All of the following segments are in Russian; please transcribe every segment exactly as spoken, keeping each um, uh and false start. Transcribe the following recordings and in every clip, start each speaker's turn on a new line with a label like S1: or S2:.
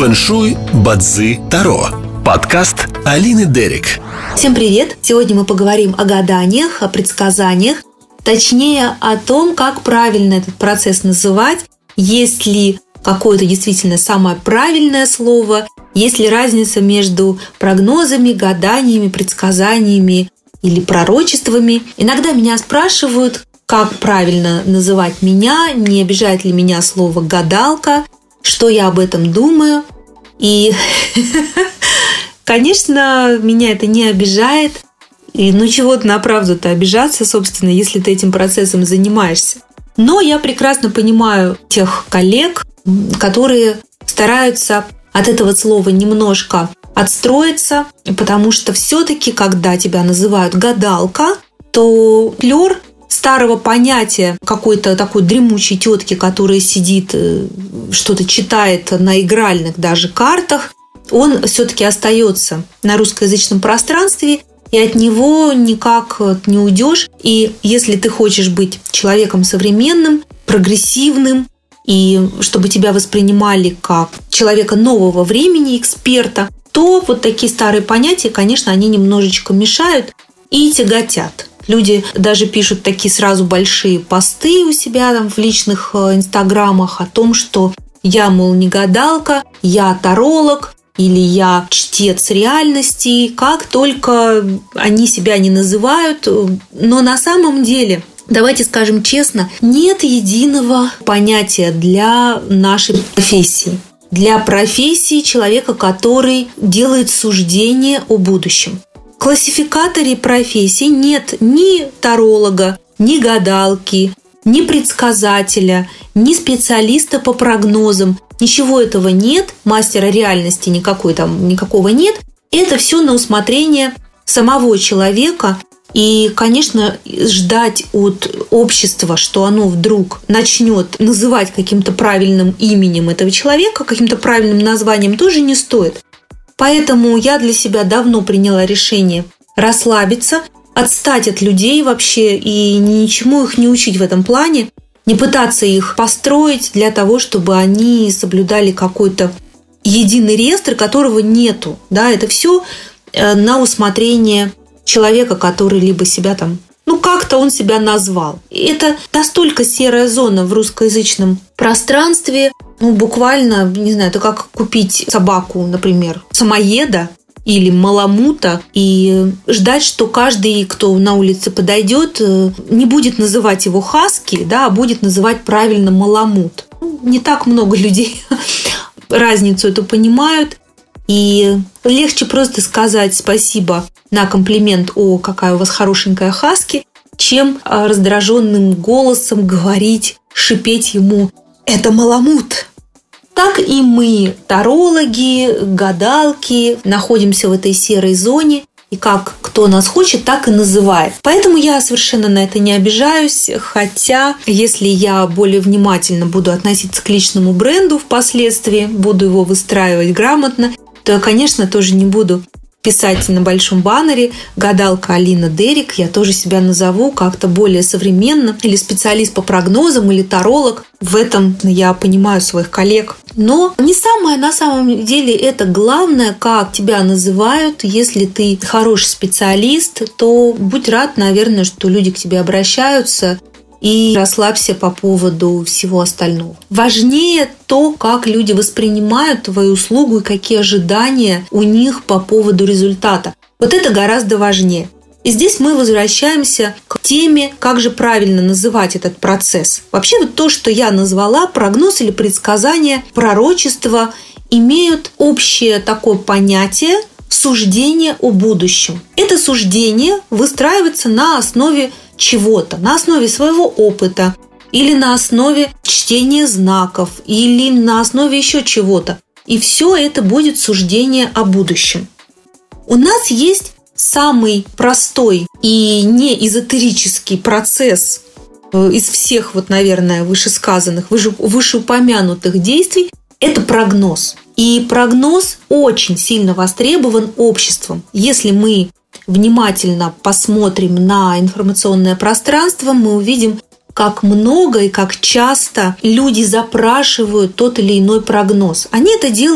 S1: Фэншуй, бадзи, таро. Подкаст Алины Дерик.
S2: Всем привет! Сегодня мы поговорим о гаданиях, о предсказаниях. Точнее, о том, как правильно этот процесс называть. Есть ли какое-то действительно самое правильное слово? Есть ли разница между прогнозами, гаданиями, предсказаниями или пророчествами? Иногда меня спрашивают, как правильно называть меня, не обижает ли меня слово «гадалка», что я об этом думаю. И, конечно, меня это не обижает. И ну чего-то на правду-то обижаться, собственно, если ты этим процессом занимаешься. Но я прекрасно понимаю тех коллег, которые стараются от этого слова немножко отстроиться, потому что все-таки, когда тебя называют гадалка, то флёр старого понятия какой-то такой дремучей тетки, которая сидит, что-то читает на игральных даже картах, он все-таки остается на русскоязычном пространстве, и от него никак не уйдешь. И если ты хочешь быть человеком современным, прогрессивным, и чтобы тебя воспринимали как человека нового времени, эксперта, то вот такие старые понятия, конечно, они немножечко мешают и тяготят. Люди даже пишут такие сразу большие посты у себя там в личных инстаграмах о том, что я, мол, не гадалка, я таролог или я чтец реальности. Как только они себя не называют. Но на самом деле, давайте скажем честно, нет единого понятия для нашей профессии. Для профессии человека, который делает суждение о будущем. В классификаторе профессий нет ни таролога, ни гадалки, ни предсказателя, ни специалиста по прогнозам. Ничего этого нет, мастера реальности никакой там, никакого нет. Это все на усмотрение самого человека. И, конечно, ждать от общества, что оно вдруг начнет называть каким-то правильным именем этого человека, каким-то правильным названием, тоже не стоит. Поэтому я для себя давно приняла решение расслабиться, отстать от людей вообще и ничему их не учить в этом плане, не пытаться их построить для того, чтобы они соблюдали какой-то единый реестр, которого нету. Да, это все на усмотрение человека, который либо себя там, ну как-то он себя назвал. И это настолько серая зона в русскоязычном пространстве. Ну, буквально, не знаю, это как купить собаку, например, самоеда или маламута и ждать, что каждый, кто на улице подойдет, не будет называть его хаски, да, а будет называть правильно маламут. Не так много людей разницу эту понимают. И легче просто сказать спасибо на комплимент «О, какая у вас хорошенькая хаски», чем раздраженным голосом говорить, шипеть ему «Это маламут». Так и мы, тарологи, гадалки, находимся в этой серой зоне. И как кто нас хочет, так и называет. Поэтому я совершенно на это не обижаюсь. Хотя, если я более внимательно буду относиться к личному бренду впоследствии, буду его выстраивать грамотно, то я, конечно, тоже не буду писать на большом баннере «Гадалка Алина Дерик». Я тоже себя назову как-то более современно. Или специалист по прогнозам, или таролог. В этом я понимаю своих коллег. Но не самое на самом деле это главное, как тебя называют. Если ты хороший специалист, то будь рад, наверное, что люди к тебе обращаются. И расслабься по поводу всего остального. Важнее то, как люди воспринимают твою услугу и какие ожидания у них по поводу результата. Вот это гораздо важнее. И здесь мы возвращаемся к теме, как же правильно называть этот процесс. Вообще вот то, что я назвала, прогноз или предсказание, пророчество, имеют общее такое понятие суждение о будущем. Это суждение выстраивается на основе чего-то, на основе своего опыта или на основе чтения знаков или на основе еще чего-то. И все это будет суждение о будущем. У нас есть самый простой и не эзотерический процесс из всех, вот, наверное, вышесказанных, выше, вышеупомянутых действий – это прогноз. И прогноз очень сильно востребован обществом. Если мы внимательно посмотрим на информационное пространство, мы увидим, как много и как часто люди запрашивают тот или иной прогноз. Они это делают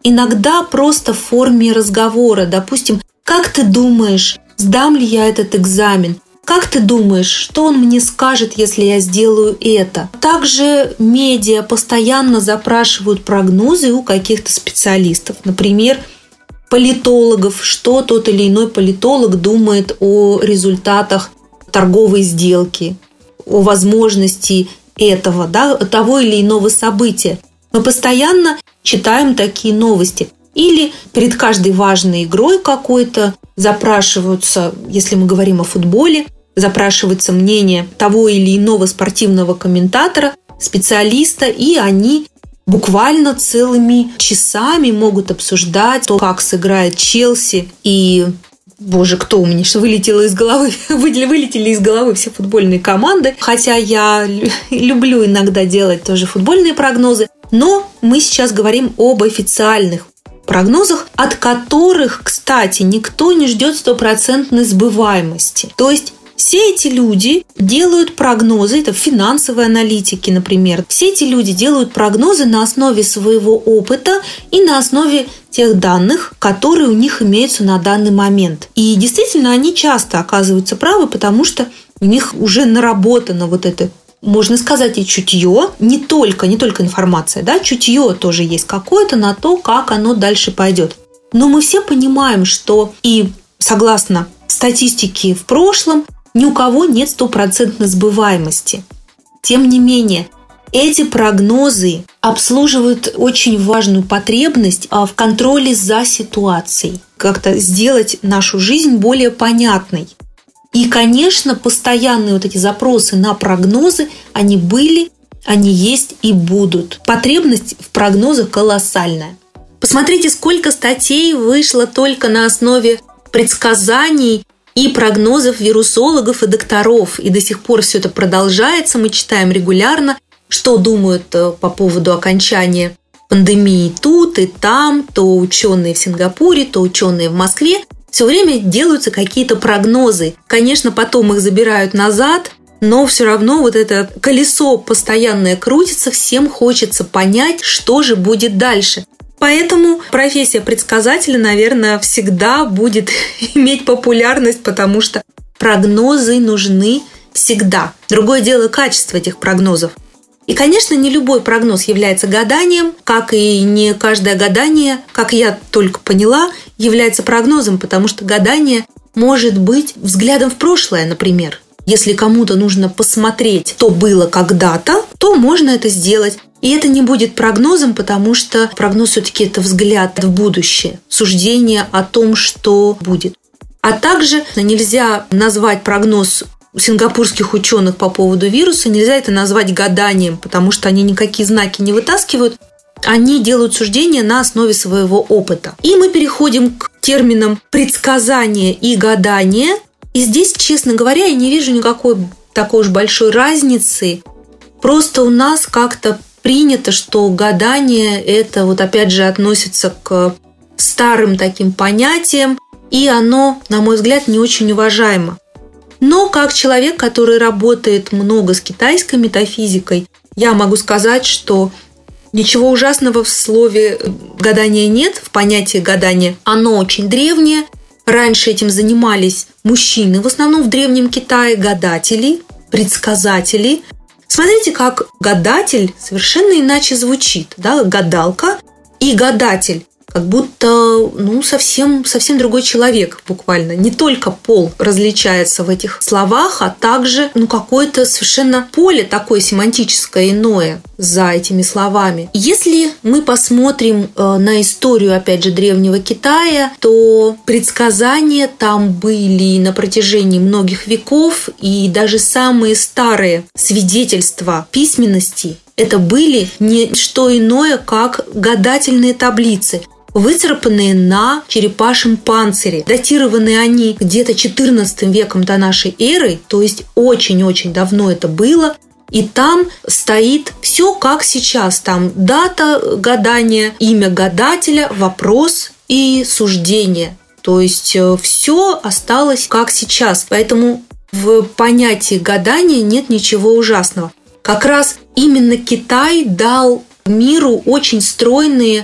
S2: иногда просто в форме разговора. Допустим, как ты думаешь, сдам ли я этот экзамен? Как ты думаешь, что он мне скажет, если я сделаю это? Также медиа постоянно запрашивают прогнозы у каких-то специалистов. Например, политологов, что тот или иной политолог думает о результатах торговой сделки, о возможности этого, да, того или иного события. Мы постоянно читаем такие новости. Или перед каждой важной игрой какой-то запрашиваются, если мы говорим о футболе, запрашивается мнение того или иного спортивного комментатора, специалиста, и они буквально целыми часами могут обсуждать то, как сыграет Челси и... Боже, кто у меня? Что вылетело из головы? Вылетели из головы все футбольные команды. Хотя я люблю иногда делать тоже футбольные прогнозы. Но мы сейчас говорим об официальных прогнозах, от которых, кстати, никто не ждет стопроцентной сбываемости. То есть все эти люди делают прогнозы, это финансовые аналитики, например. Все эти люди делают прогнозы на основе своего опыта и на основе тех данных, которые у них имеются на данный момент. И действительно, они часто оказываются правы, потому что у них уже наработано вот это, можно сказать, и чутье, не только, не только информация, да, чутье тоже есть какое-то на то, как оно дальше пойдет. Но мы все понимаем, что и согласно статистике в прошлом, ни у кого нет стопроцентной сбываемости. Тем не менее, эти прогнозы обслуживают очень важную потребность в контроле за ситуацией, как-то сделать нашу жизнь более понятной. И, конечно, постоянные вот эти запросы на прогнозы, они были, они есть и будут. Потребность в прогнозах колоссальная. Посмотрите, сколько статей вышло только на основе предсказаний и прогнозов вирусологов и докторов. И до сих пор все это продолжается. Мы читаем регулярно, что думают по поводу окончания пандемии тут и там. То ученые в Сингапуре, то ученые в Москве. Все время делаются какие-то прогнозы. Конечно, потом их забирают назад, но все равно вот это колесо постоянное крутится. Всем хочется понять, что же будет дальше. Поэтому профессия предсказателя, наверное, всегда будет иметь популярность, потому что прогнозы нужны всегда. Другое дело качество этих прогнозов. И, конечно, не любой прогноз является гаданием, как и не каждое гадание, как я только поняла, является прогнозом, потому что гадание может быть взглядом в прошлое, например. Если кому-то нужно посмотреть, что было когда-то, то можно это сделать. И это не будет прогнозом, потому что прогноз все-таки это взгляд в будущее, суждение о том, что будет. А также нельзя назвать прогноз сингапурских ученых по поводу вируса, нельзя это назвать гаданием, потому что они никакие знаки не вытаскивают, они делают суждения на основе своего опыта. И мы переходим к терминам предсказание и гадание. И здесь, честно говоря, я не вижу никакой такой уж большой разницы. Просто у нас как-то принято, что гадание это вот опять же относится к старым таким понятиям, и оно, на мой взгляд, не очень уважаемо. Но как человек, который работает много с китайской метафизикой, я могу сказать, что ничего ужасного в слове гадание нет, в понятии гадания. Оно очень древнее. Раньше этим занимались мужчины, в основном в Древнем Китае, гадатели, предсказатели. Смотрите, как гадатель совершенно иначе звучит, да? Гадалка и гадатель. Как будто ну, совсем, совсем другой человек буквально. Не только пол различается в этих словах, а также ну, какое-то совершенно поле такое семантическое иное за этими словами. Если мы посмотрим э, на историю, опять же, Древнего Китая, то предсказания там были на протяжении многих веков, и даже самые старые свидетельства письменности это были не что иное, как гадательные таблицы, выцарапанные на черепашьем панцире. Датированы они где-то четырнадцатым веком до нашей эры, то есть очень-очень давно это было. И там стоит все как сейчас. Там дата гадания, имя гадателя, вопрос и суждение. То есть все осталось как сейчас. Поэтому в понятии гадания нет ничего ужасного. Как раз именно Китай дал миру очень стройные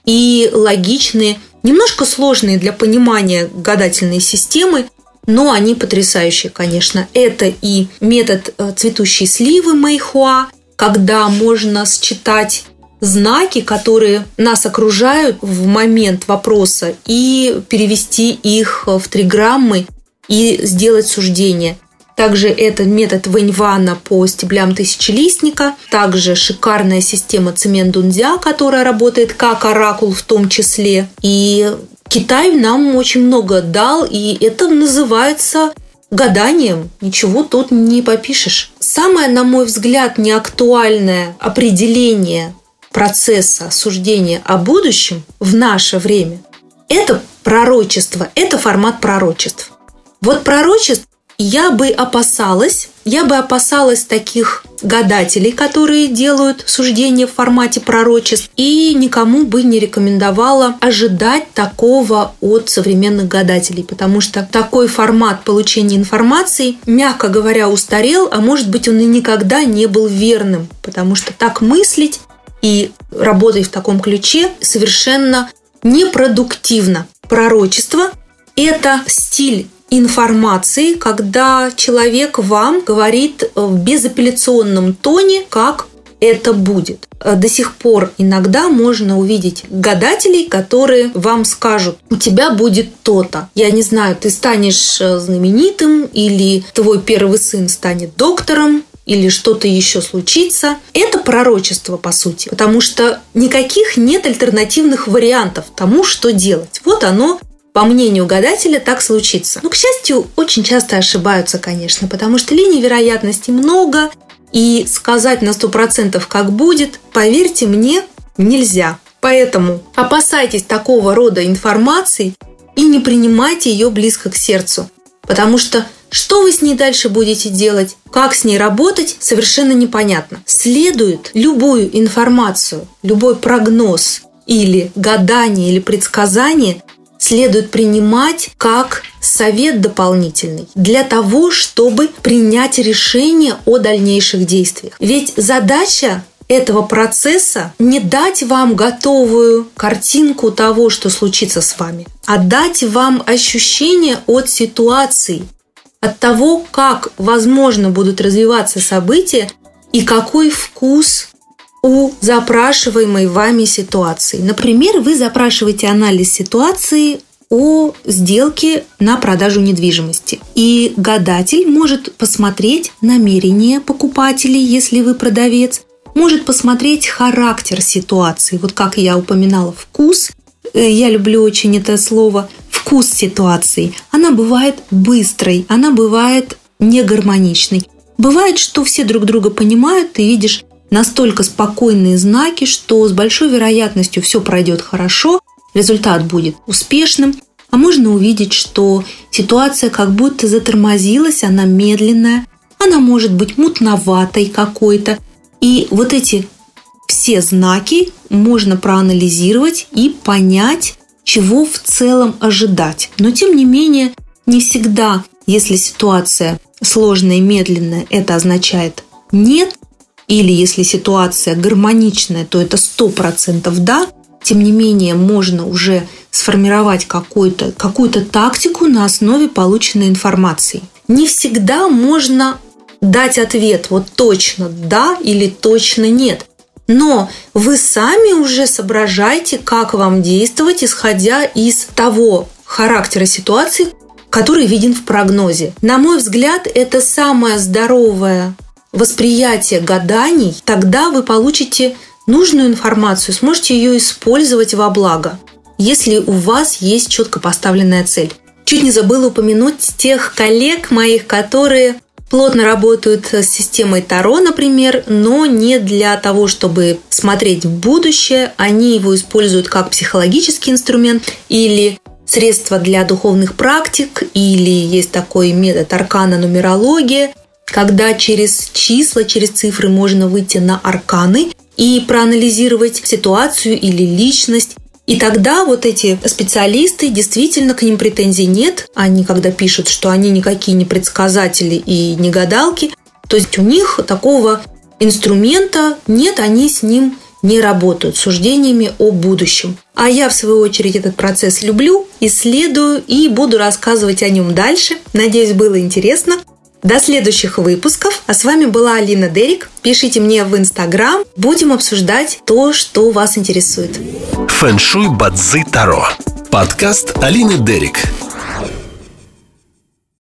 S2: и логичные, немножко сложные для понимания гадательные системы, но они потрясающие, конечно. Это и метод цветущей сливы Мэйхуа, когда можно считать знаки, которые нас окружают в момент вопроса, и перевести их в триграммы и сделать суждение. Также это метод Вэньвана по стеблям тысячелистника, также шикарная система Цимендунцзя, которая работает как оракул в том числе. И Китай нам очень много дал, и это называется гаданием. Ничего тут не попишешь. Самое, на мой взгляд, неактуальное определение процесса суждения о будущем в наше время – это пророчество, это формат пророчеств. Вот пророчеств я бы опасалась, я бы опасалась таких гадателей, которые делают суждения в формате пророчеств, и никому бы не рекомендовала ожидать такого от современных гадателей, потому что такой формат получения информации, мягко говоря, устарел, а может быть, он и никогда не был верным, потому что так мыслить и работать в таком ключе совершенно непродуктивно. Пророчество – это стиль информации, когда человек вам говорит в безапелляционном тоне, как это будет. До сих пор иногда можно увидеть гадателей, которые вам скажут: у тебя будет то-то. Я не знаю, ты станешь знаменитым, или твой первый сын станет доктором, или что-то еще случится. Это пророчество, по сути, потому что никаких нет альтернативных вариантов тому, что делать. Вот оно, по мнению гадателя, так случится. Но, к счастью, очень часто ошибаются, конечно, потому что линий вероятности много, и сказать на сто процентов, как будет, поверьте мне, нельзя. Поэтому опасайтесь такого рода информации и не принимайте ее близко к сердцу, потому что что вы с ней дальше будете делать, как с ней работать, совершенно непонятно. Следует любую информацию, любой прогноз или гадание, или предсказание следует принимать как совет дополнительный для того, чтобы принять решение о дальнейших действиях. Ведь задача этого процесса не дать вам готовую картинку того, что случится с вами, а дать вам ощущение от ситуации, от того, как, возможно, будут развиваться события и какой вкус у запрашиваемой вами ситуации. Например, вы запрашиваете анализ ситуации о сделке на продажу недвижимости. И гадатель может посмотреть намерения покупателей, если вы продавец, может посмотреть характер ситуации. Вот как я упоминала, вкус. Я люблю очень это слово. Вкус ситуации. Она бывает быстрой, она бывает негармоничной. Бывает, что все друг друга понимают, ты видишь настолько спокойные знаки, что с большой вероятностью все пройдет хорошо, результат будет успешным. А можно увидеть, что ситуация как будто затормозилась, она медленная, она может быть мутноватой какой-то. И вот эти все знаки можно проанализировать и понять, чего в целом ожидать. Но тем не менее, не всегда, если ситуация сложная и медленная, это означает нет. Или если ситуация гармоничная, то это сто процентов да. Тем не менее, можно уже сформировать какую-то, какую-то тактику на основе полученной информации. Не всегда можно дать ответ вот точно да или точно нет. Но вы сами уже соображаете, как вам действовать, исходя из того характера ситуации, который виден в прогнозе. На мой взгляд, это самое здоровое восприятие гаданий. Тогда вы получите нужную информацию, сможете ее использовать во благо, если у вас есть четко поставленная цель. Чуть не забыла упомянуть тех коллег моих, которые плотно работают с системой Таро, например, но не для того, чтобы смотреть в будущее. Они его используют как психологический инструмент или средство для духовных практик, или есть такой метод аркана-нумерология, когда через числа, через цифры можно выйти на арканы и проанализировать ситуацию или личность. И тогда вот эти специалисты, действительно, к ним претензий нет. Они, когда пишут, что они никакие не предсказатели и не гадалки, то есть у них такого инструмента нет, они с ним не работают, суждениями о будущем. А я, в свою очередь, этот процесс люблю, исследую и буду рассказывать о нем дальше. Надеюсь, было интересно. До следующих выпусков. А с вами была Алина Дерик. Пишите мне в Инстаграм. Будем обсуждать то, что вас интересует.
S1: Фэншуй Бадзи Таро. Подкаст Алины Дерик.